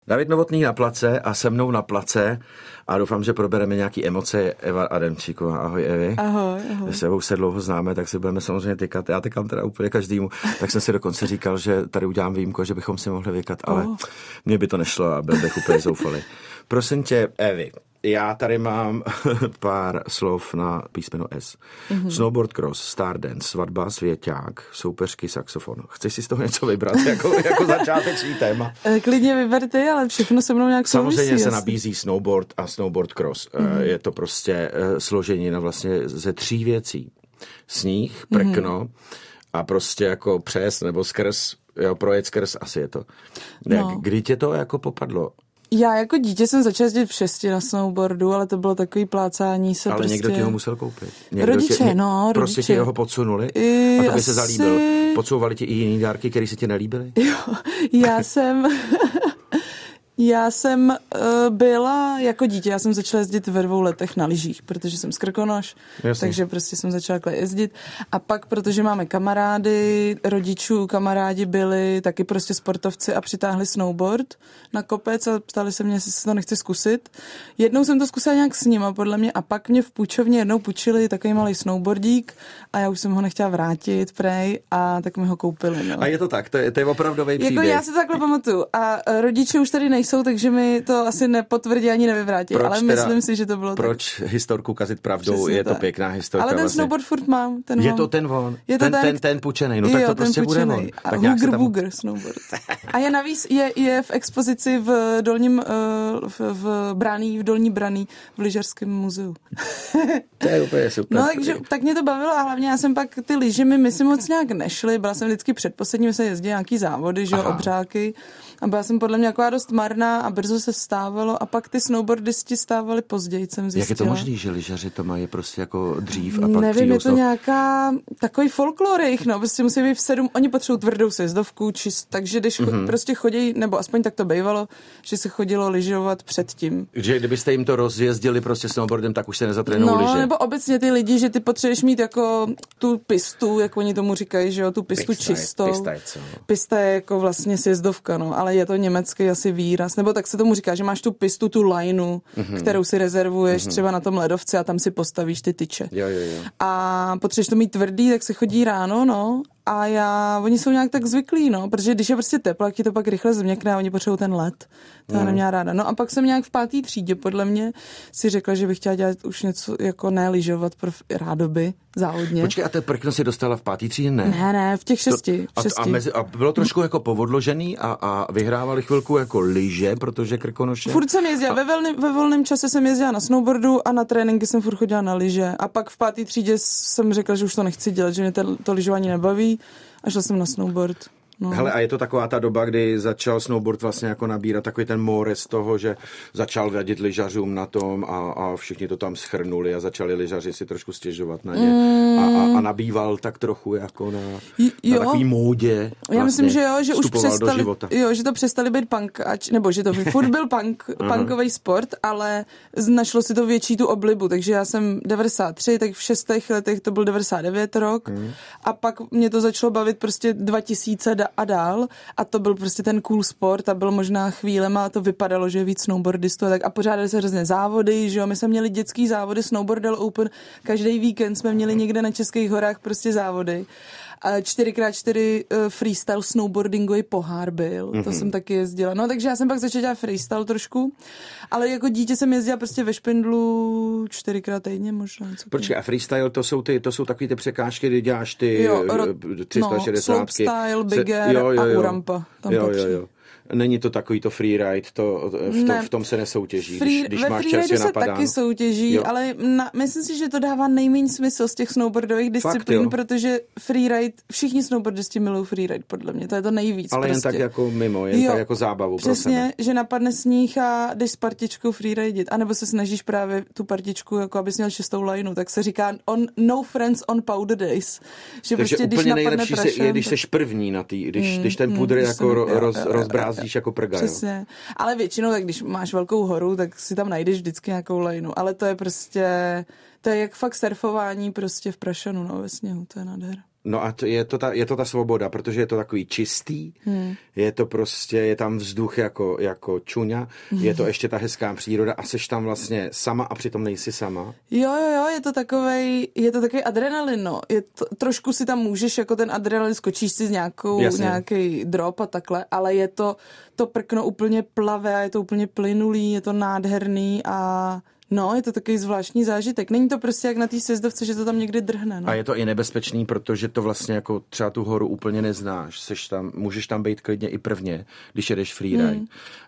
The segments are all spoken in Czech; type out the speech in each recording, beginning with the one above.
David Novotný na place a se mnou na place a doufám, že probereme nějaký emoce. Eva Adamčíková. Ahoj, Evi. Ahoj. S Evou se dlouho známe, tak si budeme samozřejmě tykat. Já tykám teda úplně každému. Tak jsem si dokonce říkal, že tady udělám výjimku, že bychom si mohli vykat, ale mně by to nešlo a byl bych úplně zoufalý. Prosím tě, Evi, já tady mám pár slov na písmeno S. Snowboard cross, Stardance, svatba, svěťák, soupeřky, saxofon. Chceš si z toho něco vybrat jako začáteční téma? Klidně vyber ty, ale všechno se mnou nějak souvisí. Samozřejmě se nabízí snowboard a snowboard cross. Je to prostě složení na vlastně ze 3 věcí. Sníh, prkno a prostě jako přes nebo skrz, projet skrz, asi je to. Kdy tě to jako popadlo? Já jako dítě jsem začala jezdit v 6 na snowboardu, ale to bylo takový plácání se. Ale někdo ti ho musel koupit. Rodiče. Prostě ti ho podsunuli a to by se zalíbil. Podsouvali ti i jiný dárky, které se ti nelíbily? Jo, Já jsem byla jako dítě, já jsem začala jezdit ve 2 letech na lyžích, protože jsem z Krkonoš, takže prostě jsem začala jezdit. A pak, protože máme kamarády, rodičů, kamarádi byli taky prostě sportovci a přitáhli snowboard na kopec a ptali se mě, jestli se to nechci zkusit. Jednou jsem to zkusila nějak s nima, podle mě, a pak mě v půjčovně jednou půjčili takový malý snowboardík a já už jsem ho nechtěla vrátit, prej, a tak mi ho koupili. No. A je to tak, to je opravdový příběh. Jako já si to takhle pamatuju. A rodiče už tady nejsou, takže mi to asi nepotvrdí ani nevyvrátí, ale myslím si, že to bylo proč historku kazit pravdou? Přesně je to tak. Pěkná historka. Ale ten vlastně. Snowboard furt mám. Je to ten von. Ten půjčenej. No tak to prostě bude von. A Hooger snowboard. A je navíc, je v expozici v dolním, v Dolní Braný v lyžařském muzeu. To je úplně super. No takže tak mě to bavilo a hlavně já jsem pak ty lyže mi si moc nějak nešly. Byla jsem vždycky předposlední, se jezdí nějaký závody, že jo, obřáky. A byla jsem podle mě jako dost marná a brzo se stávalo a pak ty snowboardisti stávali později, jsem zjistila. Jak je to možný, že lyžaři to mají prostě jako dřív a pak nevím, je to nějaká takový folklor jejich, no, prostě musí být v 7, oni potřebují tvrdou sjezdovku, takže když prostě chodí, nebo aspoň tak to bývalo, že se chodilo lyžovat předtím. Že kdybyste jim to rozjezdili prostě snowboardem, tak už se nezatrénují lyže. No, nebo obecně ty lidi, že ty potřebuješ mít jako tu pistu, jak oni tomu říkají, že jo, tu pistu čistou. Pista je jako vlastně sjezdovka, no, ale je to německý asi výraz, nebo tak se tomu říká, že máš tu pistu, tu lineu, kterou si rezervuješ třeba na tom ledovci a tam si postavíš ty tyče. Jo. A potřebuješ to mít tvrdý, tak se chodí ráno, no. A oni jsou nějak tak zvyklí, no, protože když je prostě teplo, tak ti to pak rychle změkne a oni potřebují ten led. To já neměla ráda. No a pak jsem nějak v 5. třídě, podle mě, si řekla, že bych chtěla dělat už něco jako ne lyžovat pro rádoby, závodně. Počkej, a ten prkno si dostala v 5. třídě, ne? Ne, v těch 6. A bylo trošku jako povodložený a vyhrávali chvilku jako lyže, protože Krkonoše. Furt jsem jezdila, ve volném čase jsem jezdila na snowboardu a na tréninky jsem furt chodila na lyže. A pak v 5. třídě jsem řekla, že už to nechci dělat, že mě to lyžování nebaví a šla jsem na snowboard. No. Hele, a je to taková ta doba, kdy začal snowboard vlastně jako nabírat takový ten mórez toho, že začal vadit lyžařům na tom a všichni to tam schrnuli a začali lyžaři si trošku stěžovat na ně. A nabýval tak trochu jako na takový módě. Já myslím, že jo, že už přestali, že to přestali být punkač, nebo že to furt byl punkový sport, ale našlo si to větší tu oblibu, takže já jsem 93, tak v 6. letech to byl 99 rok a pak mě to začalo bavit prostě 2000 a dál a to byl prostě ten cool sport a byl možná chvílema to vypadalo, že je víc snowboardistů a pořádali se různé závody, že jo, my jsme měli dětský závody, Snowboardel Open, každý víkend jsme měli někde na Českých horách prostě závody. A 4x4 freestyle snowboardingový pohár byl, to jsem taky jezdila. No takže já jsem pak začala dělat freestyle trošku, ale jako dítě jsem jezdila prostě ve špindlu 4x týdně možná. Počkej, a freestyle to jsou takový ty překážky, kdy děláš ty 360. No, slopestyle, big air a urampa. Tam jo. Není to takový to freeride, v tom se nesoutěží, když máš čerstvě napadáno. Se taky soutěží, jo. Ale myslím si, že to dává nejméně smysl z těch snowboardových disciplín, fakt, protože freeride, všichni snowboardisti milují freeride, podle mě, to je to nejvíc. Ale prostě. Jen tak jako mimo, tak jako zábavu. Přesně, že napadne sníh a jdeš s partičkou freerideit, anebo se snažíš právě tu partičku, jako abys měl 6. lineu, tak se říká no friends on powder days. Že takže prostě, úplně nejlepší je, když seš první na tý, když ten pudr jako rozbrází jako prga, přesně. Jo. Ale většinou, tak když máš velkou horu, tak si tam najdeš vždycky nějakou lejnu. Ale to je prostě, to je jak fakt surfování prostě v prašanu, no, ve sněhu, to je nádhera. No a je to ta svoboda, protože je to takový čistý, je to prostě, je tam vzduch jako čuňa, je to ještě ta hezká příroda a seš tam vlastně sama a přitom nejsi sama. Jo, je to takový adrenalin, no. Trošku si tam můžeš, jako ten adrenalin, skočíš si z nějaký drop a takhle, ale je to prkno úplně plavé a je to úplně plynulý, je to nádherný a no, je to takový zvláštní zážitek. Není to prostě jak na té sjezdovce, že to tam někdy drhne. No. A je to i nebezpečný, protože to vlastně jako třeba tu horu úplně neznáš. Můžeš tam být klidně i prvně, když jedeš freeride.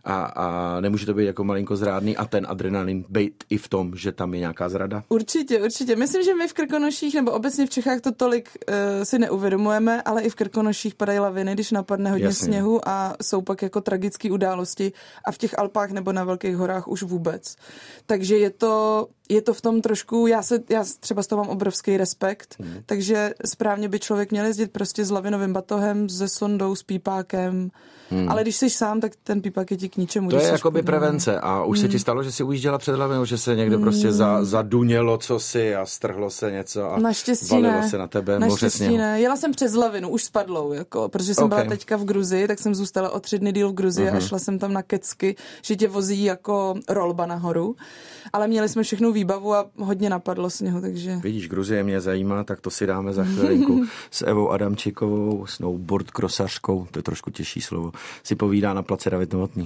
A nemůže to být jako malinko zrádný a ten adrenalin být i v tom, že tam je nějaká zrada. Určitě. Myslím, že my v Krkonoších nebo obecně v Čechách to tolik si neuvědomujeme, ale i v Krkonoších padají laviny, když napadne hodně sněhu a jsou pak jako tragické události a v těch Alpách nebo na velkých horách už vůbec. Takže je to v tom trošku, já třeba z toho mám obrovský respekt, takže správně by člověk měl jezdit prostě s lavinovým batohem, se sondou, s pípákem, ale když jsi sám, tak ten pípák je ti k ničemu. To je jakoby prevence a už se ti stalo, že si ujížděla před lavinou, že se někde prostě zadunělo cosi a strhlo se něco a valilo se na tebe moře sněhu. Ne. Jela jsem přes lavinu, už spadlou, jako, protože jsem byla teďka v Gruzii, tak jsem zůstala o 3 dny díl v Gruzii a šla jsem tam na kecky, že tě vozí jako rolba nahoru, ale měli jsme všechnou výbavu a hodně napadlo sněhu, takže... Vidíš, Gruzie mě zajímá, tak to si dáme za chvilinku s Evou Adamčikovou, snowboard krosařkou, to je trošku těžší slovo, si povídá na place David Novotný.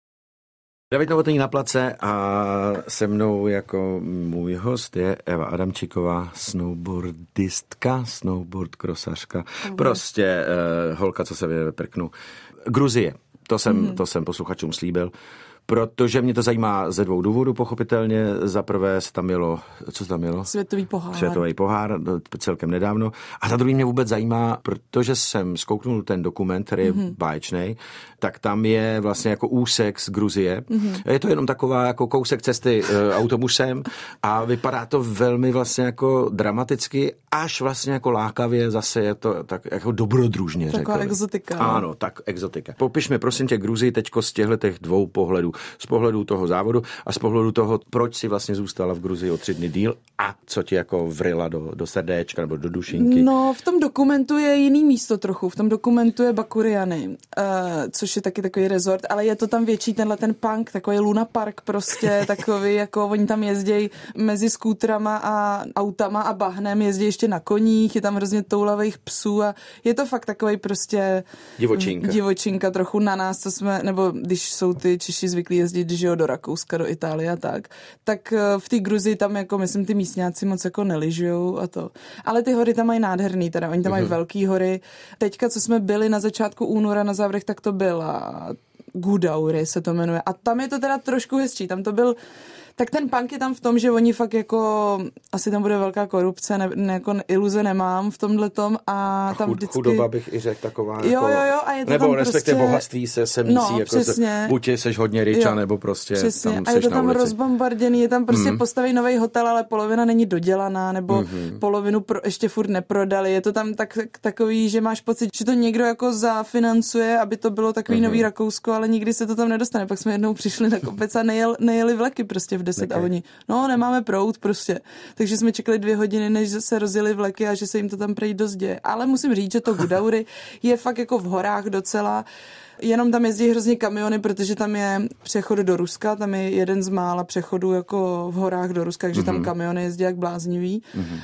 David Novotný na place a se mnou jako můj host je Eva Adamčiková, snowboardistka, snowboard krosařka, prostě holka, co se vyjde ve prknu. Gruzie, to jsem posluchačům slíbil. Protože mě to zajímá ze 2 důvodů, pochopitelně. Za prvé se tam jelo, co se tam jelo? Světový pohár, celkem nedávno. A za druhý mě vůbec zajímá, protože jsem zkouknul ten dokument, který je báječnej, tak tam je vlastně jako úsek z Gruzie. Je to jenom taková jako kousek cesty autobusem a vypadá to velmi vlastně jako dramaticky, až vlastně jako lákavě, zase je to tak jako dobrodružně. Taková exotika. Ano, tak exotika. Popiš mi prosím tě Gruzii teďko z těchto 2 pohledů. Z pohledu toho závodu a z pohledu toho, proč si vlastně zůstala v Gruzii o 3 dny díl a co ti jako vrila do srdéčka nebo do dušinky. No, v tom dokumentu je jiný místo trochu. V tom dokumentu je Bakuriany, což je taky takový rezort, ale je to tam větší ten punk, takový Luna Park prostě, takový jako oni tam jezdí mezi skútrama a autama a bahnem, jezdí ještě na koních, je tam hrozně toulavých psů a je to fakt takový prostě divočinka trochu na nás, co jsme, nebo když jsou ty Češi zvyklí jezdit, že jo, do Rakouska, do Itálie a tak v té Gruzii tam jako, myslím, ty místňáci moc jako nelyžujou a to. Ale ty hory tam mají nádherný, teda oni tam mají velký hory. Teďka, co jsme byli na začátku února na závěrech, tak to byla Gudaury se to jmenuje. A tam je to teda trošku hezčí, tam to byl tak ten punk je tam v tom, že oni fakt jako, asi tam bude velká korupce, jako iluze nemám v tomhletom a tam vždycky... Chudoba bych i řekl taková jo, a je to nebo tam respektive prostě... bohatství se mísí, jako buď seš hodně riča, nebo prostě přesně. Tam a je to tam ulici. Rozbombarděný, je tam prostě postaví nový hotel, ale polovina není dodělaná, nebo polovinu ještě furt neprodali. Je to tam takový, že máš pocit, že to někdo jako zafinancuje, aby to bylo takový nový Rakousko, ale nikdy se to tam nedostane. Pak jsme jednou přišli na kopec a nejeli vleky prostě v 10 a oni, nemáme proud prostě. Takže jsme čekali 2 hodiny, než se rozjeli vleky a že se jim to tam prejít dost děje. Ale musím říct, že to Gudaury je fakt jako v horách docela. Jenom tam jezdí hrozně kamiony, protože tam je přechod do Ruska, tam je jeden z mála přechodů jako v horách do Ruska, takže tam kamiony jezdí jak bláznivý.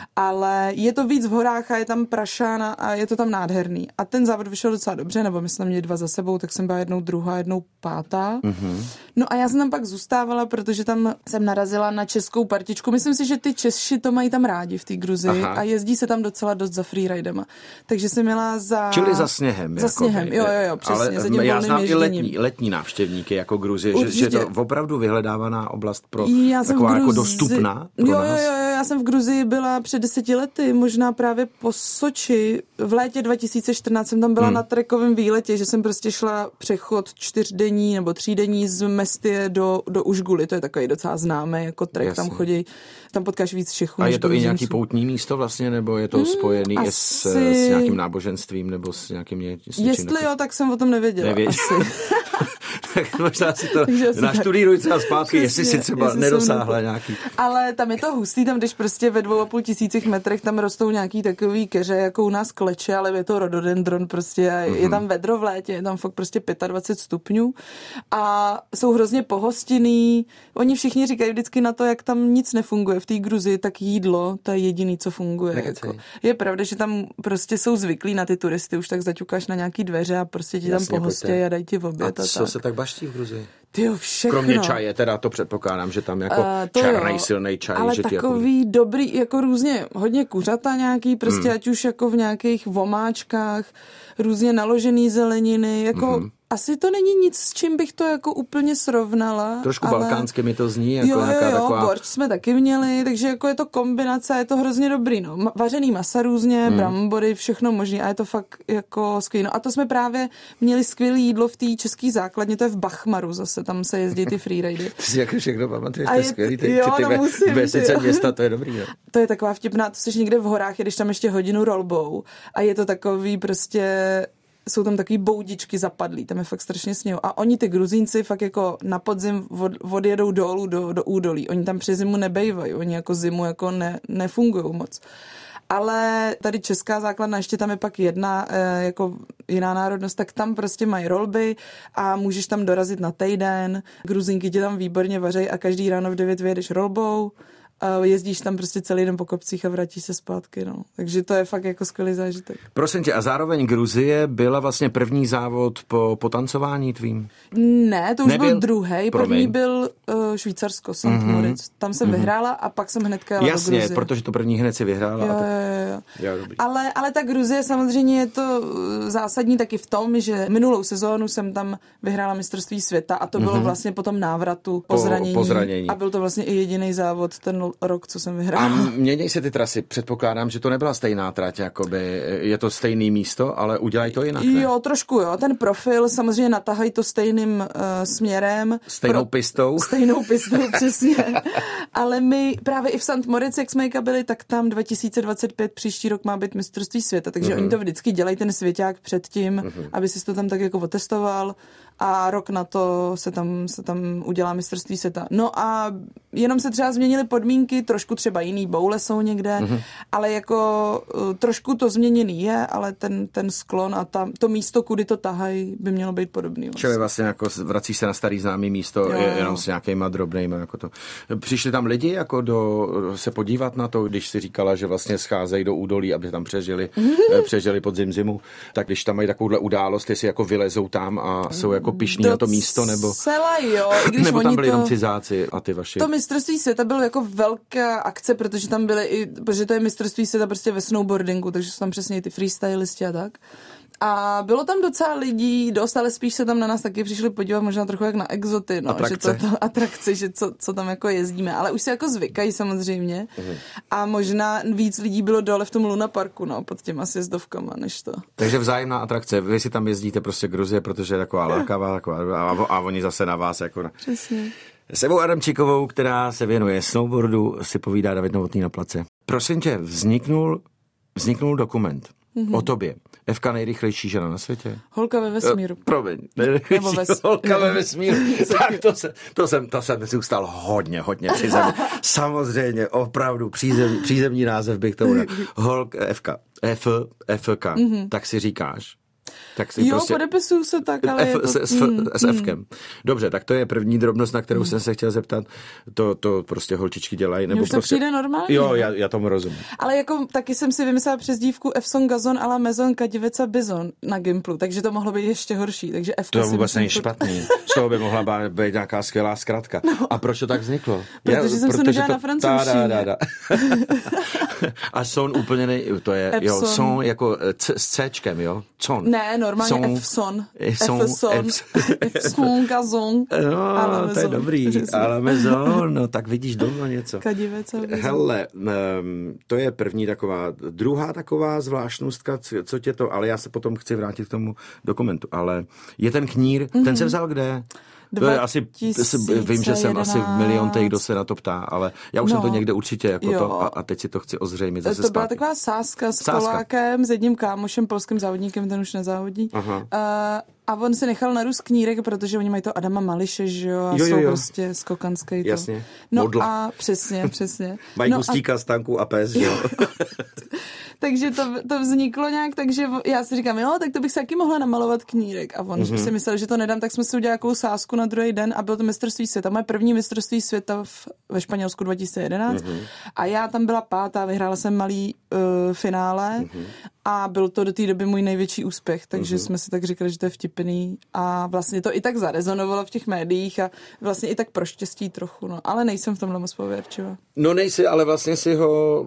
Ale je to víc v horách a je tam prašána a je to tam nádherný. A ten závod vyšel docela dobře, nebo my jsme tam měli 2 za sebou, tak jsem byla jednou druhá, jednou pátá. No a já jsem tam pak zůstávala, protože tam jsem narazila na českou partičku. Myslím si, že ty Češi to mají tam rádi v té Gruzii a jezdí se tam docela dost za freeridema. Takže jsem měla Čili za sněhem. Za sněhem, jo, přesně. Ale já znám i letní návštěvníky jako Gruzie, že je to opravdu vyhledávaná oblast pro taková jako dostupná pro nás. Jo, já jsem v Gruzii byla před 10 lety, možná právě po Soči. V létě 2014 jsem tam byla na trekovém výletě, že jsem prostě šla přechod 4denní nebo 3denní z Mestie do Užguly, to je takový docela známý jako trek, tam chodí, tam potkáš víc Čechů. A je to i nějaký poutní místo vlastně, nebo je to spojený s nějakým náboženstvím, nebo s nějakým Jestli jo, tak jsem o tom nevěděla. Asi. Tak možná si to naštudíruj třeba zpátky, jestli si třeba nedosáhla nějaký. Ale tam je to hustý, tam jdeš prostě ve 2,5 metrech tam rostou nějaký takový keře, jako u nás kleče, ale je to rhododendron prostě a je tam vedro v létě, je tam fakt prostě 25 stupňů a jsou hrozně pohostinný. Oni všichni říkají vždycky na to, jak tam nic nefunguje v té Gruzii, tak jídlo, to je jediný, co funguje. Jako. Je pravda, že tam prostě jsou zvyklí na ty turisty, už tak zaťukáš na nějaký dveře a prostě ti tam pohostějí a dají ti oběd. A co se tak baští v Gruzii? Tyjo, všechno. Kromě čaje, teda to předpokládám, že tam jako černý silný čaj. Ale že takový jako... dobrý, jako různě, hodně kuřata nějaký, prostě ať už jako v nějakých vomáčkách, různě naložený zeleniny, jako asi to není nic, s čím bych to jako úplně srovnala. Trošku ale... balkánsky mi to zní. Jako jo, taková... borč jsme taky měli, takže jako je to kombinace, je to hrozně dobrý, no. Vařený masa různě, brambory, všechno možný a je to fakt jako skvělý. No a to jsme právě měli skvělé jídlo v té české základně, to je v Bachmaru zase, tam se jezdí ty freeridy. Ty si jako všechno pamatuješ, to je skvělý, ty vesnice města, to je dobrý, jo. To je taková vtipná, to jsi někde v horách, jedeš tam ještě hodinu rolbou a je to takový prostě... Jsou tam takový boudičky zapadlý, tam je fakt strašně sněhu. A oni ty Gruzínci fakt jako na podzim odjedou dolů do údolí. Oni tam přes zimu nebejvají, oni jako zimu jako nefungujou moc. Ale tady česká základna, ještě tam je pak jedna jako jiná národnost, tak tam prostě mají rolby a můžeš tam dorazit na týden. Gruzínky ti tam výborně vařejí a každý ráno v 9 vyjedeš rolbou. Jezdíš tam prostě celý den po kopcích a vrátíš se zpátky, no. Takže to je fakt jako skvělý zážitek. Prosím tě, a zároveň Gruzie byla vlastně první závod po tancování tvým? Ne, to už byl druhý. První byl Švýcarsko, St. Moritz. Tam jsem vyhrála a pak jsem hnedka jela do Gruzie. Jasně, protože to první hned si vyhrála. Jo. Ale ta Gruzie samozřejmě je to zásadní taky v tom, že minulou sezónu jsem tam vyhrála mistrovství světa a to bylo vlastně po tom návratu po zranění. A byl to vlastně i jediný závod ten rok, co jsem vyhrála. A mění se ty trasy? Předpokládám, že to nebyla stejná trať, jakoby je to stejný místo, ale udělají to jinak, ne? Jo, trošku jo. Ten profil samozřejmě natahají to stejným směrem. Stejnou pistou, přesně. Ale my právě i v St. Moritz, jak jsme byli, tak tam 2025 příští rok má být mistrovství světa, takže oni to vždycky dělají ten svěťák předtím, aby si to tam tak jako otestoval a rok na to se tam udělá mistrovství světa. No a jenom se třeba změnily podmínky, trošku třeba jiný boule jsou někde, ale jako trošku to změněný je, ale ten sklon a to místo, kudy to tahají, by mělo být podobný. Vlastně. Čili vlastně jako vracíš se na starý známý místo, jenom s nějakýma drobnejma. Jako to. Přišli tam lidi jako se podívat na to, když si říkala, že vlastně scházejí do údolí, aby tam přežili podzim zimu, tak když tam mají takovouhle událost, jestli jako vylezou tam a jsou jako pyšní na to místo, nebo jo, i když nebo tam byli jenom to... cizáci a ty vaši. To mistrovství světa bylo jako velká akce, protože tam byly protože to je mistrovství světa prostě ve snowboardingu, takže jsou tam přesně i ty freestylisti a tak. A bylo tam docela lidí, ale spíš se tam na nás taky přišli podívat možná trochu jak na exoty, no, atrakce. Že to atrakce, že co tam jako jezdíme, ale už se jako zvykají samozřejmě a možná víc lidí bylo dole v tom Luna Parku, no, pod těma sjezdovkama, než to. Takže vzájemná atrakce, vy si tam jezdíte prostě Gruzie, protože je taková lákavá, a oni zase na vás jako... Přesně. S Evou Adamčíkovou, která se věnuje snowboardu, si povídá David Novotný na place. Prosím tě, vzniknul dokument o tobě. Evka nejrychlejší žena na světě? Holka ve vesmíru. Promiň, nejrychlejší holka ve vesmíru. Tak to jsem zůstal hodně přizemný. Samozřejmě, opravdu, přízemní název bych tomu dal. Holka, FK, tak si říkáš. Tak si jo, podepisuju se tak, ale s Fkem. Dobře, tak to je první drobnost, na kterou jsem se chtěl zeptat. To prostě holčičky dělají. Nebo už to prostě... přijde normálně. Jo, já tomu rozumím. Ale jako taky jsem si vymyslela přezdívku Efson Gazon a la Maison Kadiveca Bizon na Gimplu, takže to mohlo být ještě horší. Takže Fka to vůbec není špatný. Z toho by mohla být nějaká skvělá zkratka. No. A proč to tak vzniklo? Protože jsem se nedala na francouzštině. A son úplně to je, jo, son jako s Cčkem, jo? Con. Ne, normálně Efson Gazon. No, to je dobrý. Ale Maison, no tak vidíš doma něco. Kadiveca Bizon. Hele, to je první taková, druhá taková zvláštnostka, co tě to, ale já se potom chci vrátit k tomu dokumentu, ale je ten knír, ten se vzal kde? To je asi, vím, že jsem asi miliontej, kdo se na to ptá, ale já už jsem to někde určitě jako to a teď si to chci ozřejmit zase To byla taková sázka s Polákem, s jedním kámošem, polským závodníkem, ten už nezávodí. A on si nechal narůst knírek, protože oni mají to Adama Mališe, že jo, a jsou prostě skokanský to. Jasně. No Modla. a přesně. Mají Gustíka, Stanku a pes, že jo. Takže to vzniklo nějak, takže já si říkám, jo, tak to bych se taky mohla namalovat knírek. A on si myslel, že to nedám, tak jsme si udělali nějakou sázku na druhý den a bylo to mistrovství světa. Moje první mistrovství světa ve Španělsku 2011 a já tam byla 5. vyhrála jsem malý finále a byl to do té doby můj největší úspěch, takže jsme si tak říkali, že to je vtipný a vlastně to i tak zarezonovalo v těch médiích a vlastně i tak pro štěstí trochu, no, ale nejsem v tomhle moc pověrčivá. No nejsi, ale vlastně si ho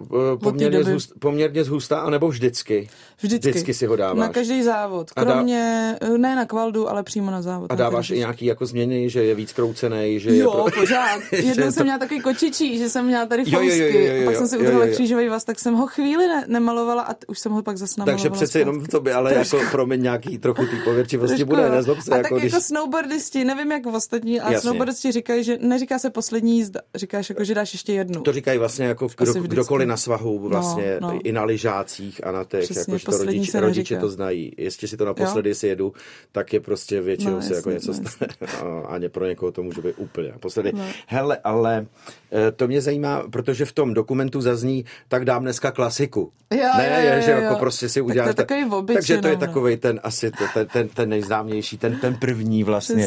poměrně zhustá, anebo vždycky? Vždycky si ho dáváš. Na každý závod, kromě, ne na kvaldu, ale přímo na závod. A dáváš i nějaký jako změny, že je víc kroucenej, že jo, pořád. Jednou jsem měla takový kočičí, že jsem měla tady fousky, a pak jsem si udělala křížový vaz, tak jsem ho chvíli nemalovala a už jsem ho pak zase namalovala. Takže přece jenom v tobě, ale jako promiň nějaký trochu té pověrčivosti bude, nezlob se. A tak jako snowboardisti, nevím jak ostatní, a snowboardisti říkají, že neříká se poslední jízda, říkáš jako, že dáš ještě jednu. To říkají vlastně jako kdokoliv na svahu, vlastně i na lyžácích a na těch, jakože to rodiče to znají. Jestli si to naposledy si jedu, tak je prostě většinou se jako něco stane a pro někoho to může být úplně naposledy. Hele, ale to mě zajímá, protože v tom dokumentu zazní, tak dám dneska klasiku. Že jako prostě si uděláš. Takže to je takovej ten asi ten nejznámější, ten první vlastně,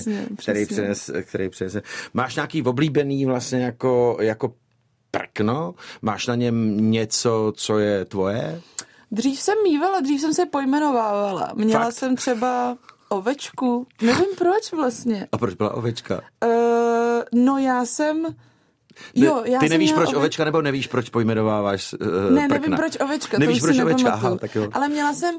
který přinese. Máš nějaký oblíbený vlastně jako prkno? Máš na něm něco, co je tvoje? Dřív jsem se pojmenovávala. Měla jsem třeba ovečku. Nevím proč vlastně. A proč byla ovečka? No já jsem... Ty nevíš, proč ovečka, nebo nevíš, proč pojmenováváš Ne, nevím, proč ovečka. Nevíš, proč ovečka, aha, tak jo. Ale měla jsem,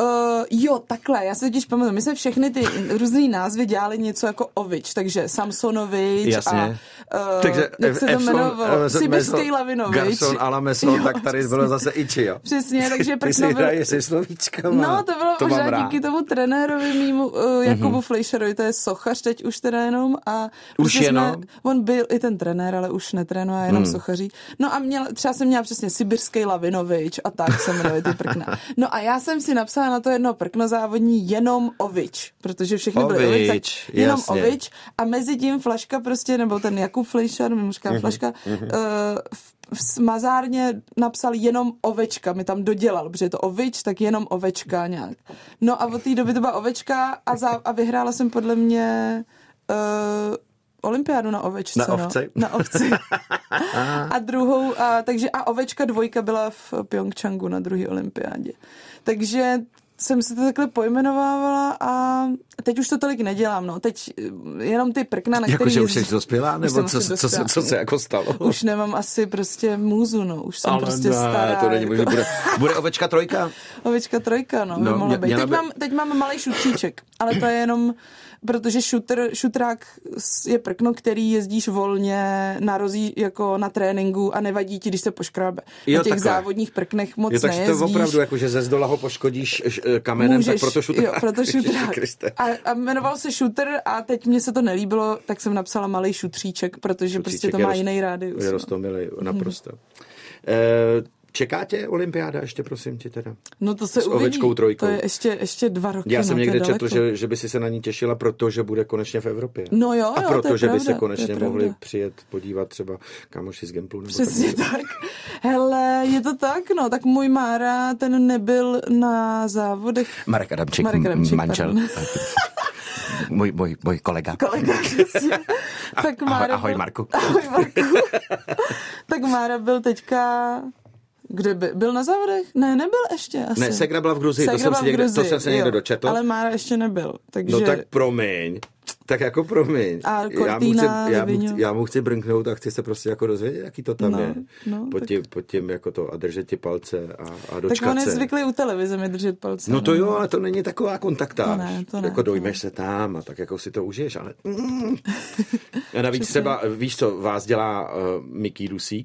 takhle, já se totiž pamatuju, my jsme všechny ty různý názvy dělali něco jako ovič, takže Samsonovič jasně. Takže jak se to jmenovalo, Sibirský Lavinovič. Garson a la Maison, tak tady bylo zase Ichi, jo. Přesně, takže ty si hraje se slovíčkama. No, to bylo možná díky tomu trenérovi mýmu, Jakubu Fleischerovi, to je sochař teď už teda jenom. A už jenom? On byl i ten trenér, ale už netrénuje, jenom sochaří. No a třeba jsem měla přesně Sibirský Lavinovič a tak se jmenuje ty prkna. No a já jsem si napsala na to jedno prkno závodní jenom ovič, protože všechny byly ovič, jenom ovič a mezi tím Flaška prostě, nebo ten Jakub Fleischer, my mu říkám Flaška, v smazárně napsal jenom ovečka, mi tam dodělal, protože je to ovič, tak jenom ovečka nějak. No a od té doby to byla ovečka a vyhrála jsem podle mě olympiádu na ovečce. Na ovci? No. Na ovci. A druhou, takže ovečka 2 byla v Pyeongchangu na druhé olympiádě. Takže jsem se to takhle pojmenovávala a teď už to tolik nedělám, no. Teď jenom ty prkna, na který... Jakože už jsi dospělá, nebo co se jako stalo? Už nemám asi prostě můzu, no. Už jsem prostě stará. To není, bude ovečka 3? Ovečka 3, no, by mohla být. Teď mám malej šutříček, ale to je jenom... Protože šutrák je prkno, který jezdíš volně na rozí, jako na tréninku a nevadí ti, když se poškrábe. Na těch závodních prknech moc nejezdíš. Takže to opravdu, jakože ze zdola ho poškodíš kamenem, tak proto šutrák. Jo, proto šutrák. A jmenoval se šutr a teď mně se to nelíbilo, tak jsem napsala malej šutříček, protože prostě to má jiný rádius. Je roztomilý, naprosto. Čeká tě olympiáda ještě, prosím tě teda? No to se uvidí. S ovečkou 3. To je ještě 2 roky. Já jsem někde četl, že by si se na ní těšila, protože bude konečně v Evropě. No jo, a protože by se konečně mohli přijet podívat třeba kamoši z Gemplu. Přesně tak. Hele, je to tak, no. Tak můj Mára, ten nebyl na závodech. Marek Adamčík manžel. Můj kolega. Přesně. Tak ahoj Marku. Ahoj Marku. Tak Mára byl teďka... Kde byl na závodech? Ne, nebyl ještě asi. Ne, Segra byla v Gruzii, to jsem se někde dočetl. Ale Mára ještě nebyl, takže... No tak promiň. Tak jako promiň. A Cortina, já mu chci brnknout a chci se prostě jako dozvědět, jaký to tam je. No, pod tím jako to a držet ti palce a dočkat se. Tak on je zvyklý u televize mi držet palce. No to jo, ale to není taková kontaktáž. To ne, jako dojmeš se tam a tak jako si to užiješ, ale... A navíc třeba, víš co, vás dělá Mickey Dusík.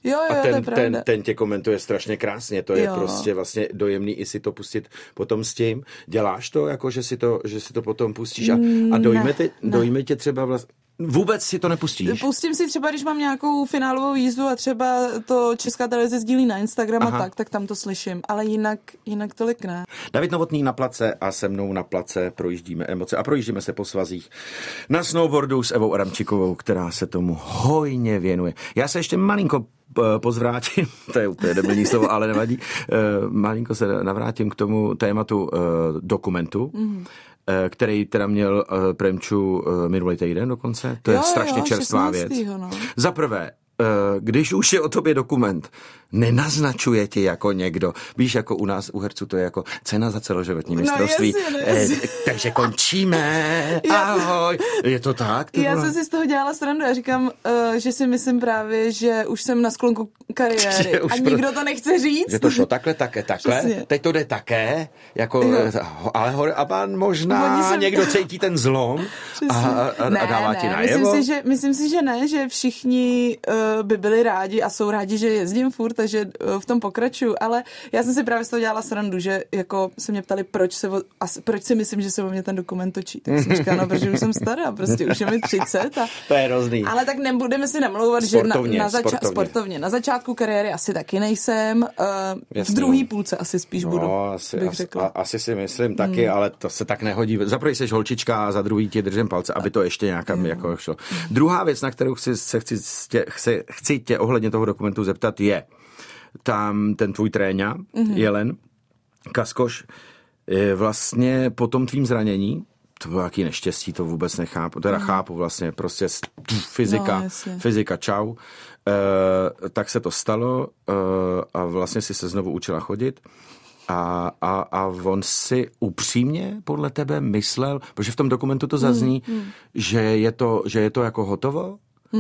Jo, a to je pravda. ten tě komentuje strašně krásně, to je prostě vlastně dojemný i si to pustit potom s tím. Děláš to, jako že si to potom pustíš a dojme tě třeba vlastně. Vůbec si to nepustíš? Pustím si třeba, když mám nějakou finálovou jízdu a třeba to Česká televize sdílí na Instagram a tak tam to slyším, ale jinak tolik ne. David Novotný na place a se mnou na place projíždíme emoce a projíždíme se po svazích na snowboardu s Evou Adamčikovou, která se tomu hojně věnuje. Já se ještě malinko pozvrátím, to je úplně debilní slovo, ale nevadí, malinko se navrátím k tomu tématu dokumentu, který teda měl Premču minulý týden dokonce. To je strašně čerstvá věc. No. Za prvé, když už je o tobě dokument, nenaznačuje ti jako někdo. Víš, jako u nás, u herců, to je jako cena za celoživotní mistrovství. Takže končíme. Ahoj. Je to tak? Já jsem si z toho dělala srandu. Já říkám, že si myslím právě, že už jsem na sklonku kariéry a nikdo to nechce říct. Že to šlo takhle. Přesně. Teď to jde také, jako, ale hore a pán možná někdo cítí ten zlom a dává ti najevo. Myslím si, že ne, že všichni by byli rádi a jsou rádi, že jezdím furt, takže v tom pokračuju, ale já jsem si právě z toho dělala srandu, že jako se mě ptali, proč si myslím, že se o mě ten dokument točí. Tak jsem říkala, no, protože už jsem stará, prostě už je mi 30. To je hrozný. Ale tak nebudeme si namlouvat, že sportovně. Na začátku kariéry asi taky nejsem, v druhé půlce asi spíš budu, bych řekla. Asi si myslím taky, ale to se tak nehodí. Za první jsi holčička a za druhý ti držím palce, aby to ještě nějakam jako šlo. Druhá věc, na kterou chci tě ohledně toho dokumentu zeptat, je tam ten tvůj tréňa, Jelen Kaskoš, vlastně po tom tvým to bylo jaký neštěstí, to vůbec nechápu. Teda chápu vlastně, prostě fyzika, čau. Tak se to stalo a vlastně si se znovu učila chodit. A on si upřímně podle tebe myslel, protože v tom dokumentu to zazní, že je to jako hotovo,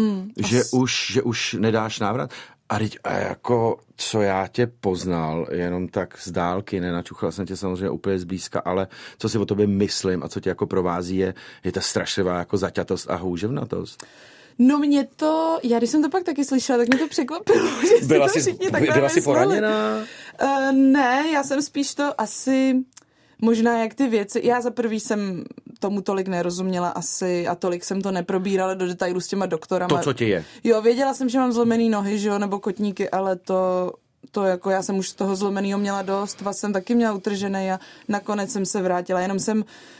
že už nedáš návrat. A jako, co já tě poznal, jenom tak z dálky, nenačuchal jsem tě samozřejmě úplně zblízka, ale co si o tobě myslím a co tě jako provází, je ta strašlivá jako zaťatost a houževnatost. No já když jsem to pak taky slyšela, tak mě to překvapilo, že byla si to všichni takhle Byla jsi poraněná? Ne, já jsem spíš to asi možná jak ty věci. Já za prvý jsem tomu tolik nerozuměla asi a tolik jsem to neprobírala do detailu s těma doktorama. To, co ti je? Jo, věděla jsem, že mám zlomený nohy, že jo, nebo kotníky, ale to jako já jsem už z toho zlomenýho měla dost, vás jsem taky měla utržený a nakonec jsem se vrátila, jenom jsem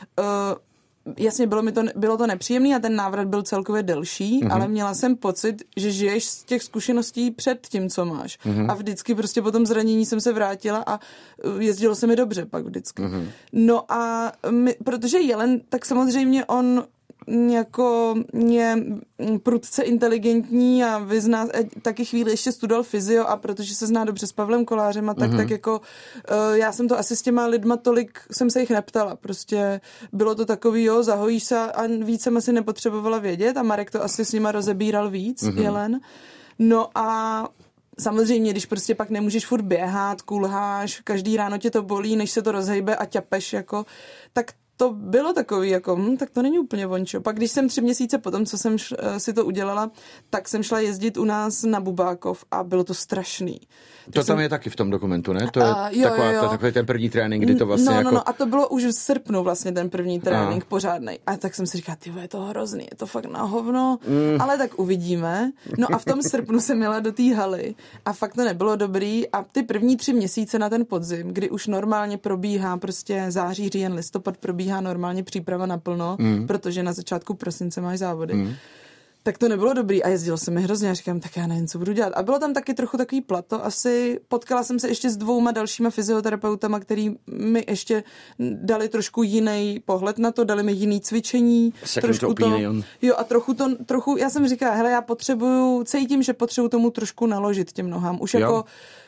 jasně, bylo to nepříjemný a ten návrat byl celkově delší, ale měla jsem pocit, že žiješ z těch zkušeností před tím, co máš. A vždycky prostě po tom zranění jsem se vrátila a jezdilo se mi dobře pak vždycky. No a protože Jelen, tak samozřejmě on jako je prudce inteligentní a vyzná, taky chvíli ještě studoval fyzio a protože se zná dobře s Pavlem Kolářem a tak jako já jsem to asi s těma lidma tolik jsem se jich neptala, prostě bylo to takový, jo, zahojíš se a víc jsem asi nepotřebovala vědět a Marek to asi s nima rozebíral víc, Jelen. No a samozřejmě, když prostě pak nemůžeš furt běhat, kulháš, každý ráno tě to bolí, než se to rozhejbe a ťapeš jako, tak to bylo takový, jako, tak to není úplně vončo. Pak když jsem 3 měsíce potom, co jsem si to udělala, tak jsem šla jezdit u nás na Bubákov a bylo to strašný. To tam je taky v tom dokumentu, ne? To je takový ten první trénink, kdy to vlastně No, a to bylo už v srpnu vlastně ten první trénink pořádnej. A tak jsem si říkala, tyvo, je to hrozný, je to fakt na hovno, ale tak uvidíme. No a v tom srpnu jsem jela do té haly a fakt to nebylo dobrý a ty první 3 měsíce na ten podzim, kdy už normálně probíhá prostě září, říjen, listopad probíhá normálně příprava naplno, protože na začátku prosince máš závody. Tak to nebylo dobrý a jezdilo se mi hrozně a říkám, tak já nevím, co budu dělat. A bylo tam taky trochu takový plato, asi potkala jsem se ještě s 2 dalšíma fyzioterapeutama, který mi ještě dali trošku jiný pohled na to, dali mi jiný cvičení. Trošku to, jo a trochu, já jsem říkala, hele, já cítím, že potřebuju tomu trošku naložit těm nohám. Už jako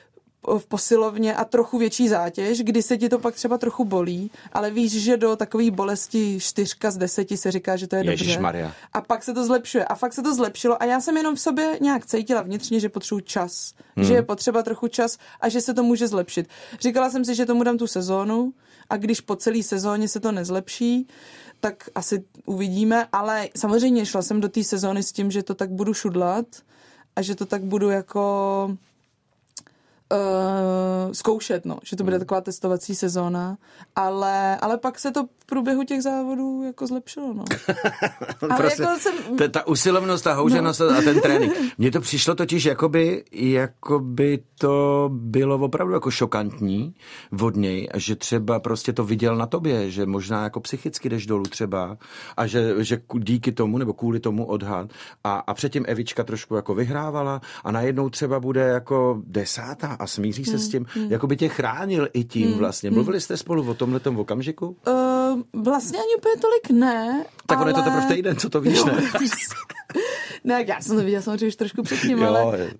v posilovně a trochu větší zátěž, kdy se ti to pak třeba trochu bolí, ale víš, že do takové bolesti 4 z 10 se říká, že to je Ježišmarja. dobře. A pak se to zlepšuje. A fakt se to zlepšilo a já jsem jenom v sobě nějak cítila vnitřně, že potřebuji čas. Že je potřeba trochu čas a že se to může zlepšit. Říkala jsem si, že tomu dám tu sezónu a když po celé sezóně se to nezlepší, tak asi uvidíme, ale samozřejmě šla jsem do té sezóny s tím, že to tak budu šudlat a že to tak budu jako zkoušet, no, že to bude taková testovací sezóna, ale pak se to v průběhu těch závodů jako zlepšilo, no. Ale prostě, jako ta usilovnost, ta houženost a ten trénink. Mně to přišlo totiž, jakoby to bylo opravdu jako šokantní od něj, že třeba prostě to viděl na tobě, že možná jako psychicky jdeš dolů třeba a že díky tomu nebo kvůli tomu odhad a předtím Evička trošku jako vyhrávala a najednou třeba bude jako 10. a smíří se s tím, jako by tě chránil i tím vlastně. Mluvili jste spolu o tomhletom okamžiku? Vlastně ani úplně tolik ne. Tak ale... on je to teprve týden, co to víš, ne? Ne, já jsem to viděla samozřejmě už trošku předtím, ale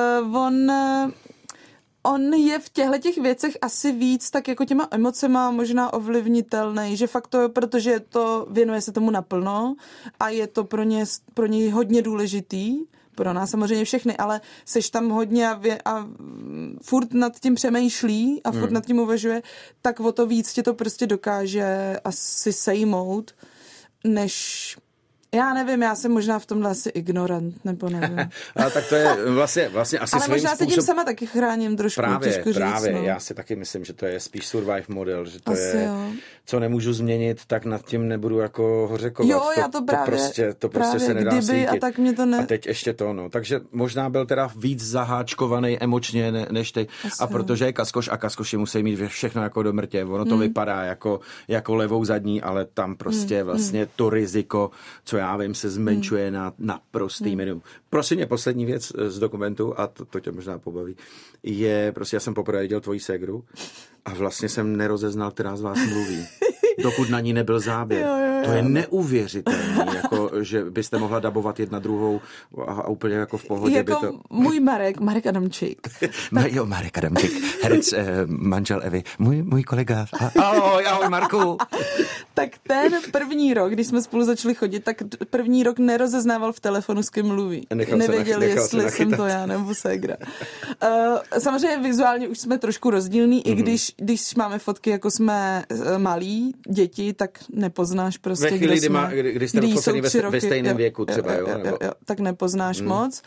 on je v těch věcech asi víc tak jako těma emocema možná ovlivnitelný, že fakt to, protože to věnuje se tomu naplno a je to pro něj hodně důležitý, pro nás samozřejmě všechny, ale seš tam hodně a furt nad tím přemýšlí a furt nad tím uvažuje, tak o to víc tě to prostě dokáže asi sejmout, než... Já nevím, já jsem možná v tomhle asi ignorant, nebo nevím. A tak to je vlastně asi ale svým možná se tím způsob... sama taky chráním trošku, těžko říct. Právě, no. Já si taky myslím, že to je spíš survive model, že to asi je, jo. Co nemůžu změnit, tak nad tím nebudu jako hořekovat. Jo, já to právě, to prostě se nedá kdyby sítit. A tak mě to ne... A teď ještě to, no. Takže možná byl teda víc zaháčkovaný emočně než ty. Asi a protože je Kaskoš a Kaskoši musí mít všechno jako do mrtě. Ono to vypadá jako levou zadní, ale tam prostě vlastně to riziko, co já vím, se zmenšuje na naprostý minimum. Prosím mě, poslední věc z dokumentu, a to tě možná pobaví, je, prostě já jsem poprvé viděl tvoji ségru a vlastně jsem nerozeznal, která z vás mluví. Dokud na ní nebyl záběr. Jo. To je neuvěřitelné, jako, že byste mohla dabovat jedna druhou a úplně jako v pohodě. Jako by to... můj Marek Adamčík. Jo, Marek Adamčík, herec, manžel Evy, můj kolega. Ahoj Marku. Tak ten první rok, když jsme spolu začali chodit, tak první rok nerozeznával v telefonu, s kým mluví. Nevěděl, jestli jsem to já nebo ségra. Samozřejmě vizuálně už jsme trošku rozdílní, i když máme fotky, jako jsme malí děti, tak nepoznáš prostě, ve chvíli, kdy jste odfocení ve stejném věku třeba, jo? Tak nepoznáš moc.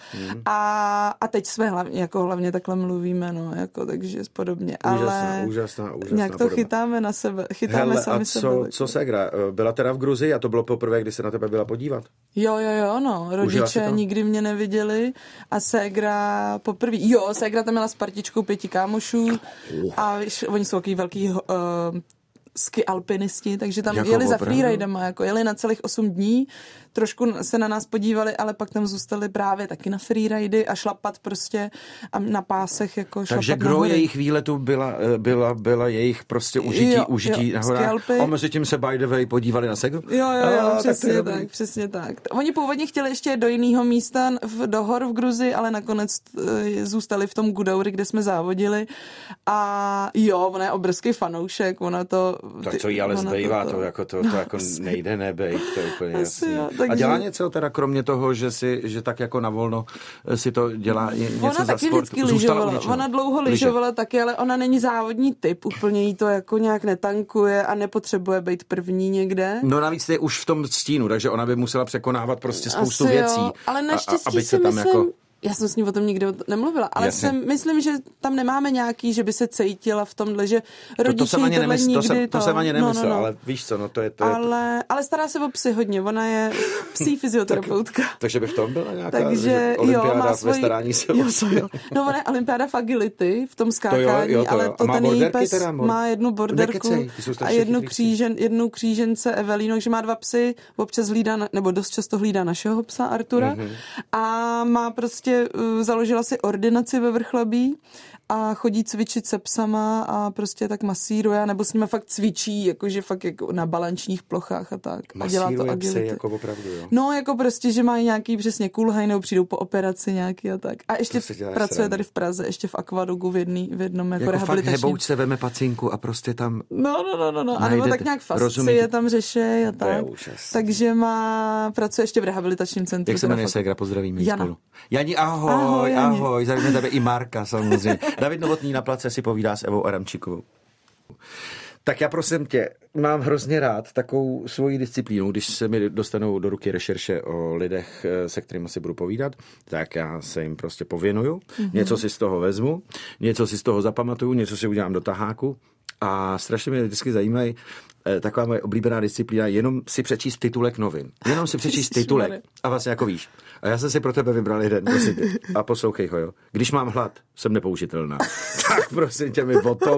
A teď jsme hlavně takhle mluvíme, no, jako, takže podobně. Úžasná nějak to podoba. chytáme na sebe, sami sebe. Co ségra? Byla teda v Gruzii a to bylo poprvé, kdy se na tebe byla podívat? Jo, no, rodiče nikdy mě neviděli a ségra poprvé. Jo, ségra tam měla s partičkou 5 kámošů a oni jsou takový velký ski alpinisti, takže tam jeli za freeridema, jako jeli na celých 8 dní, trošku se na nás podívali, ale pak tam zůstali právě taky na freeridy a šlapat prostě a na pásech jako šlapat. Takže gro jejich výletu byla jejich prostě užití na horách. A mezi tím se by the way podívali na ségru? Jo, přesně tak. Oni původně chtěli ještě do jiného místa, do hor v Gruzii, ale nakonec zůstali v tom Gudaury, kde jsme závodili a jo, ona je obrovský fanoušek, ona to... Tak co jí ale zbývá, to jako nejde nebejt, to je úplně jasný. A dělá něco teda kromě toho, že tak jako navolno si to dělá něco ona za sport? Ona dlouho lyžovala taky, ale ona není závodní typ, úplně jí to jako nějak netankuje a nepotřebuje být první někde. No navíc je už v tom stínu, takže ona by musela překonávat prostě spoustu asi věcí. Jo, ale naštěstí si myslím... Jako... Já jsem s ní o tom nikdy nemluvila, ale myslím, že tam nemáme nějaký, že by se cítila v tomhle, že rodiče tohle nikdy... To jsem ani nemyslel, ale víš co, no to je... Ale stará se o psy hodně, ona je psí fyzioterapeutka. Takže by v tom byla nějaká olympiáda ve starání se o psy. No ona je olympiáda v agility, v tom skákání, ale to ten její pes má jednu borderku a jednu křížence Evelínu, takže má 2 psy, občas hlídá, nebo dost často hlídá našeho psa Artura a má prostě založila si ordinaci ve Vrchlabí a chodí cvičit se psama a prostě tak masíruje, nebo s nimi fakt cvičí, jakože fakt jako na balančních plochách a tak. A dělá to agility. Jako opravdu, jo? No, jako prostě, že mají nějaký přesně kulhaj, nebo přijdou po operaci nějaký a tak. A ještě pracuje tady v Praze, ještě v Aquadogu v jednom jako rehabilitačním. Fakt hebouč se veme pacinku a prostě tam... No. A nebo tak nějak fascie tam řeší a tak. Takže pracuje ještě v rehabilitačním centru. Jak se jmenuje ségra, pozdravíme Jana. Spolu. Jani, ahoj. Zdravíme tebe i Marka samozřejmě. David Novotný na place si povídá s Evou Adamčíkovou. Tak já prosím tě, mám hrozně rád takovou svoji disciplínu, když se mi dostanou do ruky rešerše o lidech, se kterými si budu povídat, tak já se jim prostě pověnuju, něco si z toho vezmu, něco si z toho zapamatuju, něco si udělám do taháku a strašně mě vždycky zajímají taková moje oblíbená disciplína, jenom si přečíst titulek novin. Jenom si přečíst titulek a vlastně jako víš. A já jsem si pro tebe vybral jeden, prosím tě. A poslouchej ho, jo. Když mám hlad, jsem nepoužitelná. Tak prosím tě, mi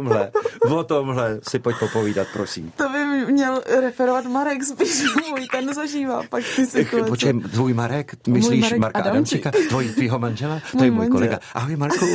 o tomhle si pojď popovídat, prosím. To by měl referovat Marek spíš, můj ten zažívá pak ty situace. Počkej, tvůj Marek, myslíš Marek Marka Adamčíka, tvýho manžela? To je můj kolega. Ahoj Marku,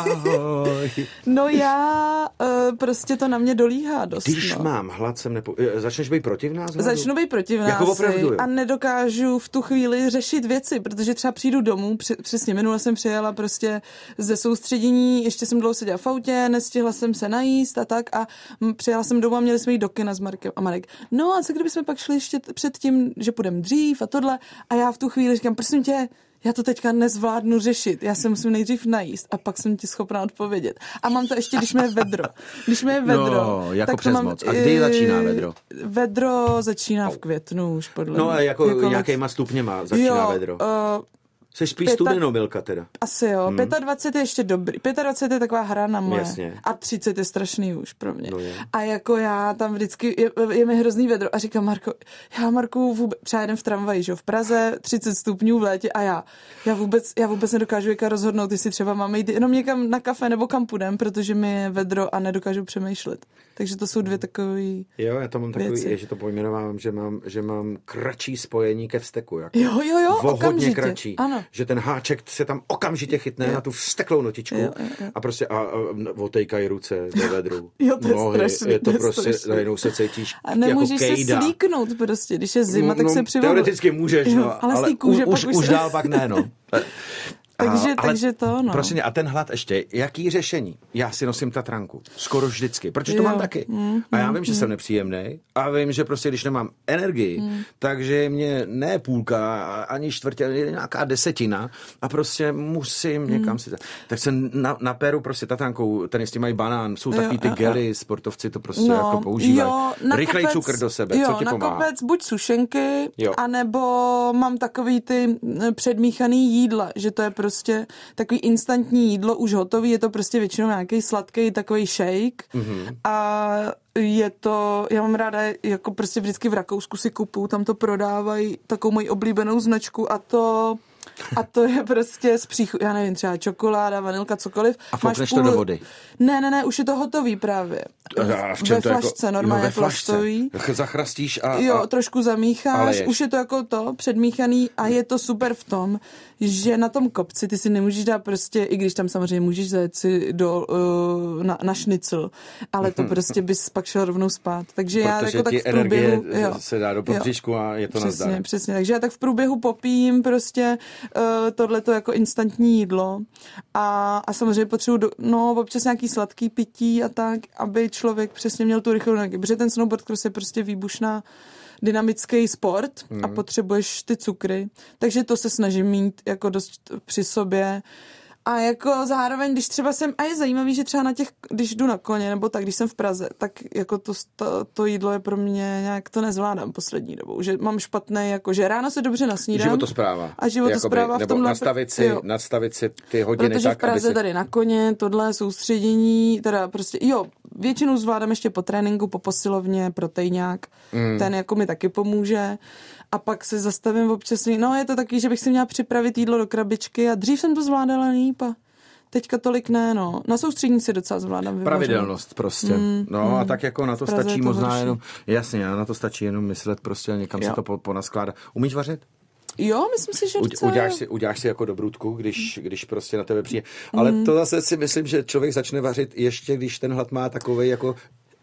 ahoj. No já prostě to na mě dolíhá dost. Když mám hlad, začneš být protivná? Začnu být protivná jako a nedokážu v tu chvíli řešit věci, protože třeba přijdu domů, přesně minule jsem přijela prostě ze soustředění, ještě jsem dlouho seděla v autě, nestihla jsem se najíst a tak a přijela jsem domů a měli jsme jít do kina s Markem a Marek. No a co kdybychom pak šli ještě před tím, že půjdeme dřív a tohle a já v tu chvíli říkám, prosím tě, já to teďka nezvládnu řešit, já se musím nejdřív najíst a pak jsem ti schopná odpovědět. A mám to ještě, když mi je vedro. Když mi je vedro, no, jako tak přes mám, moc. A kdy začíná vedro? Vedro začíná v květnu už podle mě. No a jako nějakýma stupněma začíná vedro. Jsi spíš studenobilka teda. Asi jo. 25 je ještě dobrý. 25 je taková hra na moje. Jasně. A 30 je strašný už pro mě. No je. A jako já tam vždycky, je mi hrozný vedro a říkám Marku, vůbec, třeba jedem v tramvaji, že jo, v Praze 30 stupňů v létě a já vůbec nedokážu jaká rozhodnout, jestli třeba máme jít jenom někam na kafe nebo kam půjdem, protože mi je vedro a nedokážu přemýšlet. Takže to jsou dvě takové. Jo, já to mám takový, že to pojmenovám, že mám kratší spojení ke vzteku. Jako. Jo, hodně kratší. Ano. Že ten háček se tam okamžitě chytne na tu vzteklou notičku a prostě a otejkají ruce do vedru. Jo, to je strašný. Je to prostě, najednou se cítíš a nemůžeš jako se slíknout prostě, když je zima, tak se přivolí. Teoreticky můžeš, ale už dál pak ne, no. Takže to, no. Prosím, a ten hlad ještě, jaký řešení? Já si nosím Tatranku, skoro vždycky, protože to mám taky. A já vím, že jsem nepříjemnej a vím, že prostě, když nemám energii, takže mě ne půlka, ani čtvrtě, nějaká desetina a prostě musím někam si... Tak se naperu prostě Tatrankou, ten s tím mají banán, jsou takový ty gely, sportovci to prostě jako používají. Rychlej cukr do sebe, co ti pomáhá? Na kopec buď sušenky, anebo mám takový ty předmíchaný jídla, že to je prostě takový instantní jídlo už hotový, je to prostě většinou nějaký sladký takový shake a je to, já mám ráda, jako prostě vždycky v Rakousku si kupuju, tam to prodávají takovou moji oblíbenou značku a to je prostě já nevím, třeba čokoláda, vanilka, cokoliv. A foukneš to do vody? Ne, už je to hotový právě. Ve flašce, jako, normálně plastový. Zachrastíš a... Jo, trošku zamícháš, už je to jako to, předmíchaný a je to super v tom, že na tom kopci ty si nemůžeš dát prostě, i když tam samozřejmě můžeš zajet si na šnicl, ale to prostě bys pak šel rovnou spát. Takže já jako tak v průběhu... se dá do podbříšku a je to nazdar. Přesně, takže já tak v průběhu popím prostě tohleto jako instantní jídlo a samozřejmě potřebuji občas nějaký sladký pití a tak, aby člověk přesně měl tu rychlou energii, protože ten snowboard cross je prostě výbušná dynamický sport a potřebuješ ty cukry, takže to se snažím mít jako dost při sobě. A jako zároveň, když třeba a je zajímavý, že třeba když jdu na koně, nebo tak, když jsem v Praze, tak jako to jídlo je pro mě nějak to nezvládám poslední dobou, že mám špatné, jako, že ráno se dobře nasnídám. Životospráva. A životospráva v tomhle. Nastavit si ty hodiny protože tak, v Praze tady na koně, tohle soustředění, teda prostě, většinou zvládám ještě po tréninku, po posilovně, proteinák, ten jako mi taky pomůže. A pak se zastavím občas, je to taky, že bych si měla připravit jídlo do krabičky a dřív jsem to zvládala líp a teďka tolik ne, no. Na soustřední si docela zvládám vyvařovat. Pravidelnost prostě. A tak jako na to stačí možná jenom, jasně, na to stačí jenom myslet prostě, někam se to ponaskládá. Umíš vařit? Jo, myslím si, že docela. Uděláš si jako dobrůdku, když prostě na tebe přijde. Ale to zase si myslím, že člověk začne vařit ještě, když ten hlad má takovej jako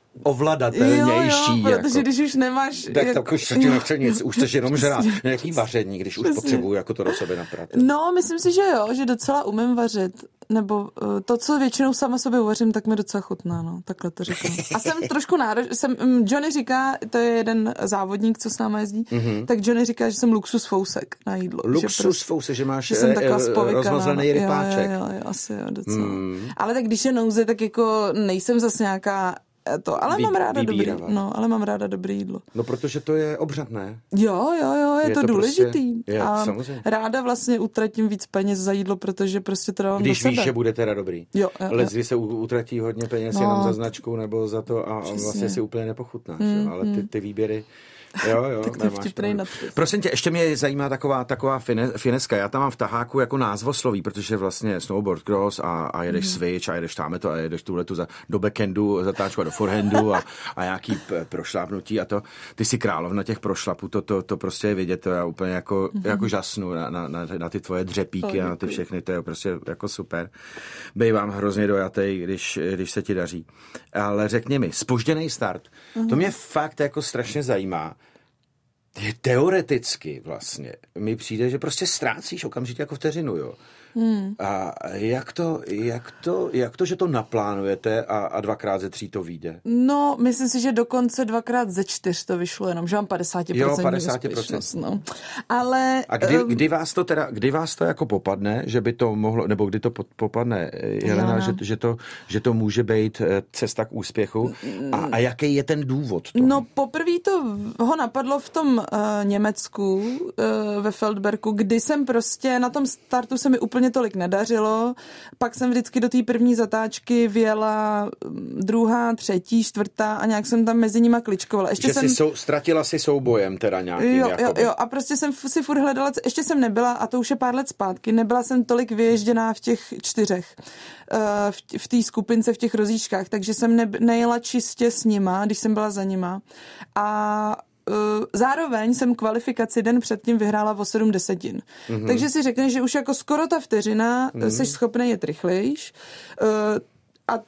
ovladatelnější. Jo, protože když už nemáš... Tak už se ti nechce nic, už chceš jenom žrát. Nějaký vaření, když už potřebuju jako to do sebe naprat. No, myslím si, že jo, že docela umím vařit. Nebo to, co většinou sama sobě uvařím, tak mi docela chutná, no. Takhle to říkám. A jsem trošku Johnny říká, to je jeden závodník, co s náma jezdí, tak Johnny říká, že jsem luxus fousek na jídlo. Luxus fousek, že máš rozmazaný rypáček. Jo, asi jo, docela. Ale tak když je nouze, tak jako nejsem zase nějaká to, ale mám ráda ale mám ráda dobré jídlo. No, protože to je obřad, ne? Jo, je to důležitý. Prostě, a samozřejmě. Ráda vlastně utratím víc peněz za jídlo, protože prostě to dávám do sebe. Když víš, že bude teda dobrý. Jo. Leckdy se utratí hodně peněz jenom za značku nebo za to a vlastně si úplně nepochutnáš. Ale ty výběry... Jo, tak to je vtipnej nadpis. Prosím tě, ještě mě zajímá taková fineska. Já tam mám v taháku jako názvosloví, protože vlastně snowboard cross a jedeš switch a jedeš támeto a jedeš tuhletu do backendu, zatáčku a do forehandu a nějaký prošlápnutí a to. Ty jsi královna těch prošlapů, to prostě je vidět, to já úplně jako žasnu na ty tvoje dřepíky a na ty všechny, to je prostě jako super. Bývám hrozně dojatej, když se ti daří. Ale řekni mi, zpožděný start, to mě fakt jako strašně zajímá. Teoreticky vlastně mi přijde, že prostě ztrácíš okamžitě jako vteřinu, jo. A jak to, že to naplánujete a 2x ze 3 to vyjde? No, myslím si, že dokonce 2x ze 4 to vyšlo, jenom že mám 50% úspěšnost, no. Ale... A kdy vás to jako popadne, že by to mohlo, nebo kdy to popadne, Jelena, že to může být cesta k úspěchu? A jaký je ten důvod toho? No, poprvé to ho napadlo v tom Německu, ve Feldbergu, kdy jsem prostě na tom startu se mi úplně tolik nedařilo, pak jsem vždycky do té první zatáčky vyjela 2., 3., 4. a nějak jsem tam mezi nima kličkovala. Ztratila si soubojem teda nějakým. Jo, a prostě jsem si furt hledala, ještě jsem nebyla, a to už je pár let zpátky, nebyla jsem tolik vyježděná v těch 4, v té skupince, v těch rozíčkách, takže jsem nejela čistě s nima, když jsem byla za nima. A zároveň jsem kvalifikaci den předtím vyhrála o 7 desetin. Takže si řekneš, že už jako skoro ta vteřina seš schopný jet rychlejš. A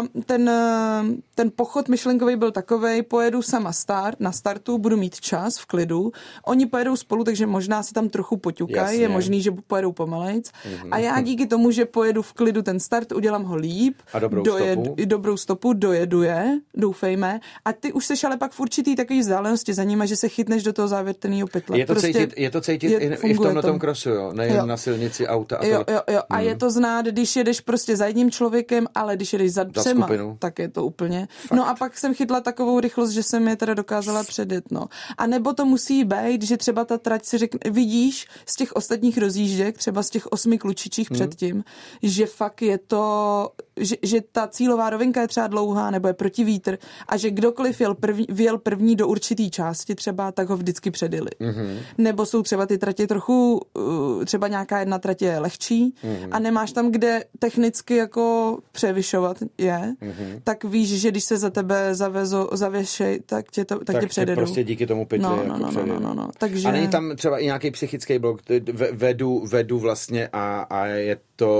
ten pochod myšlenkový byl takovej, pojedu sama na startu, budu mít čas v klidu, oni pojedou spolu, takže možná se tam trochu poťukají, je možný, že pojedou pomalejc. A já díky tomu, že pojedu v klidu ten start, udělám ho líp, a dobrou stopu, dojedu je, doufejme, a ty už seš ale pak v určitý takový vzdálenosti za nima, že se chytneš do toho závěrného pytle. Je to cítit i v tom crossu, jo? Nejen na silnici auta. Jo. A je to znát, když jedeš prostě za jedním člověkem, ale když jedeš za 3, tak je to úplně. Fakt. No a pak jsem chytla takovou rychlost, že jsem je teda dokázala předjet, no. A nebo to musí být, že třeba ta trať si řekne, vidíš z těch ostatních rozjížděk, třeba z těch 8 klučičích předtím, že fakt je to, že ta cílová rovinka je třeba dlouhá, nebo je protivítr a že kdokoliv vyjel první do určitý části třeba, tak ho vždycky předjeli. Nebo jsou třeba ty tratě trochu, třeba nějaká jedna tratě je lehčí a nemáš tam, kde technicky jako převyšovat tak víš, že když se za tebe zavěšej, tak tě předjedou. Prostě díky tomu pytli no. Takže... A není tam třeba i nějaký psychický blok, vedu vlastně a je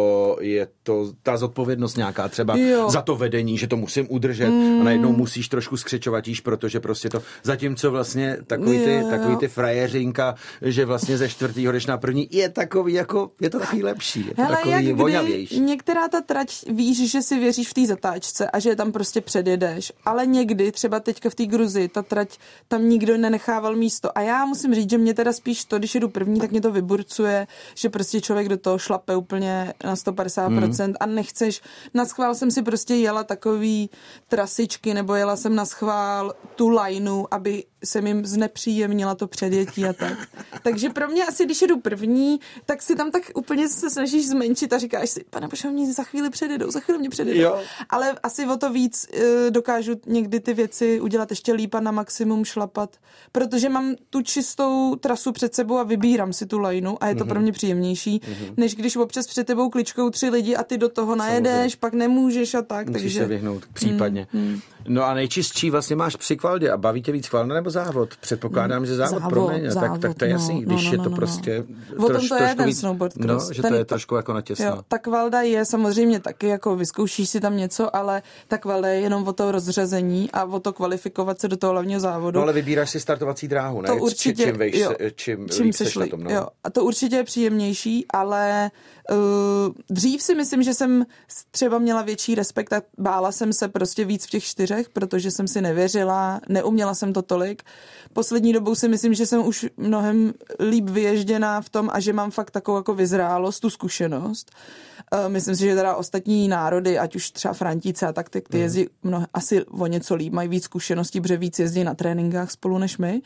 to ta zodpovědnost nějaká třeba za to vedení, že to musím udržet a najednou musíš trošku skřečovatíš, protože prostě to, zatímco vlastně takový ty frajeřinka, že vlastně ze 4. jdeš na první, je takový jako, je to takový lepší, je to takový voňavější. Některá ta trať víš, že si věříš v té zatáčce a že je tam prostě předjedeš, ale někdy, třeba teďka v té Gruzii, ta trať, tam nikdo nenechával místo a já musím říct, že mě teda spíš to, když jedu první, tak mě to vyburcuje, že prostě člověk do toho šlape úplně na 150% a nechceš, na schvál jsem si prostě jela takový trasičky, nebo jela jsem na schvál tu lineu, aby jsem jim znepříjemnila to předjetí a tak. Takže pro mě asi, když jedu první, tak si tam tak úplně se snažíš zmenšit a říkáš si, pane bože, mě za chvíli mě předjedou. Jo. Ale asi o to víc dokážu někdy ty věci udělat ještě líp a na maximum šlapat, protože mám tu čistou trasu před sebou a vybírám si tu lineu a je to pro mě příjemnější, než když občas před tebou kličkou 3 lidi a ty do toho najedeš, pak nemůžeš a tak. Musíš se vyhnout případně. No a nejčistší vlastně máš při kvaldě a baví tě víc kvalda nebo závod? Předpokládám, že závod promiň, tak to je jasný, když je to prostě o tom to je ten snowboard cross. Že to je trošku jako natěsno. Jo, ta kvalda je samozřejmě taky, jako vyzkoušíš si tam něco, ale ta kvalda je jenom o to rozřazení a o to kvalifikovat se do toho hlavního závodu. No ale vybíráš si startovací dráhu, ne? To určitě, čím líp seš na tom, no. Jo, a to určitě je příjemnější, ale dřív si myslím, že jsem třeba měla větší respekt a bála jsem se prostě víc v těch 4 4, protože jsem si nevěřila, neuměla jsem to tolik. Poslední dobou si myslím, že jsem už mnohem líp vyježděná v tom a že mám fakt takovou jako vyzrálost, tu zkušenost. Myslím si, že teda ostatní národy, ať už třeba Frantíci a tak, ty jezdí asi o něco líp, mají víc zkušeností, protože víc jezdí na tréninkách spolu než my.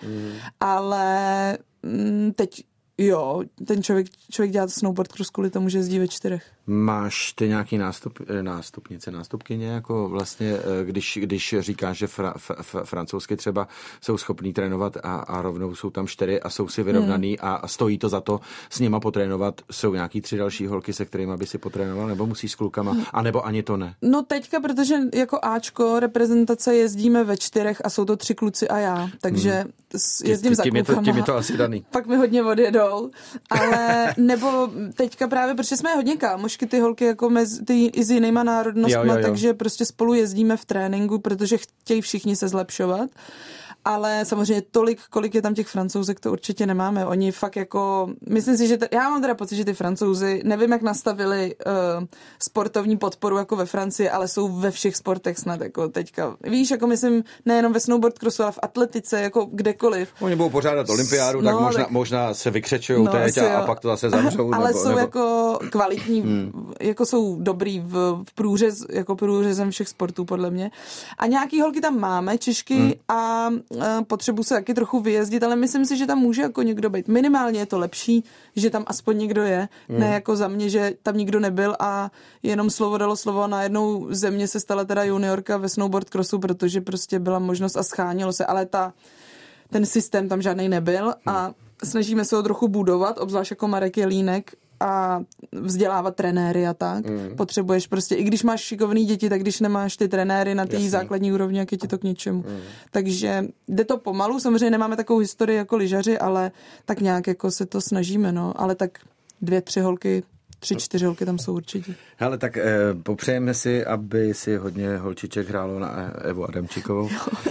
Ale teď jo, ten člověk dělá snowboard cross kvůli tomu, že jezdí ve 4. Máš ty nějaký nástupkyně, jako vlastně, když říkáš, že francouzsky třeba jsou schopní trénovat a rovnou jsou tam 4 a jsou si vyrovnaný a stojí to za to s nima potrénovat. Jsou nějaký 3 další holky, se kterými by si potrénoval, nebo musíš s klukama, anebo ani to ne? No teďka, protože jako Ačko reprezentace jezdíme ve 4 a jsou to 3 kluci a já, takže jezdím za klukama. Tím je to asi daný. Pak mi hodně odjedou, ale nebo teďka právě, protože jsme hodně kámošky, ty holky jako i s jinýma národnostma, jo. Takže prostě spolu jezdíme v tréninku, protože chtějí všichni se zlepšovat. Ale samozřejmě tolik, kolik je tam těch Francouzek, to určitě nemáme. Oni fakt jako, myslím si, že já mám teda pocit, že ty Francouzi, nevím, jak nastavili sportovní podporu jako ve Francii, ale jsou ve všech sportech snad jako teďka. Víš, jako myslím, nejenom ve snowboard crossu, ale v atletice, jako kdekoliv. Oni budou pořádat olympiádu, tak možná se vykřečujou teď a pak to zase zavřou. Ale jsou jako kvalitní, jako jsou dobrý v průřezem všech sportů, podle mě. A nějaký holky tam máme, Češky a potřebuji se taky trochu vyjezdit, ale myslím si, že tam může jako někdo být. Minimálně je to lepší, že tam aspoň někdo je. Ne jako za mě, že tam nikdo nebyl a jenom slovo dalo slovo a najednou ze mě se stala teda juniorka ve snowboard crossu, protože prostě byla možnost a schánilo se, ale ten systém tam žádnej nebyl a snažíme se ho trochu budovat, obzvlášť jako Marek Jelínek, a vzdělávat trenéry a tak. Potřebuješ prostě, i když máš šikovný děti, tak když nemáš ty trenéry na té základní úrovni, jak je ti to k ničemu. Takže jde to pomalu, samozřejmě nemáme takovou historii jako lyžaři, ale tak nějak jako se to snažíme, no, ale tak 2-3 holky, 3-4 holky tam jsou určitě. Hele, tak popřejeme si, aby si hodně holčiček hrálo na Evu Adamčíkovou.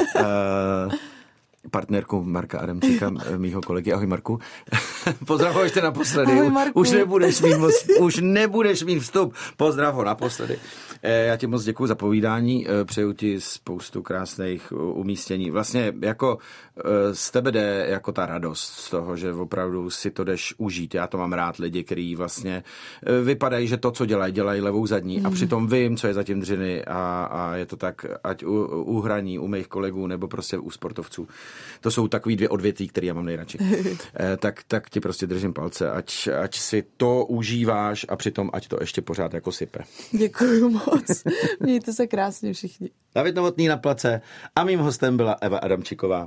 Partnerku Marka Adamčíka, mýho kolegy. Ahoj, Marku. Pozdrav ho ještě naposledy. Ahoj, Marku. Už nebudeš mít vstup. Pozdrav ho naposledy. Já ti moc děkuju za povídání. Přeju ti spoustu krásných umístění. Vlastně jako z tebe jde jako ta radost z toho, že opravdu si to jdeš užít. Já to mám rád, lidi, kteří vlastně vypadají, že to, co dělají levou zadní a přitom vím, co je zatím dřiny a je to tak, ať u hraní, u mých kolegů nebo prostě u sportovců. To jsou takový 2 odvětví, které já mám nejradši. Tak ti prostě držím palce, ať si to užíváš a přitom ať to ještě pořád jako sype. Děkuju moc. Mějte se krásně všichni. David Novotný na place a mým hostem byla Eva Adamčíková.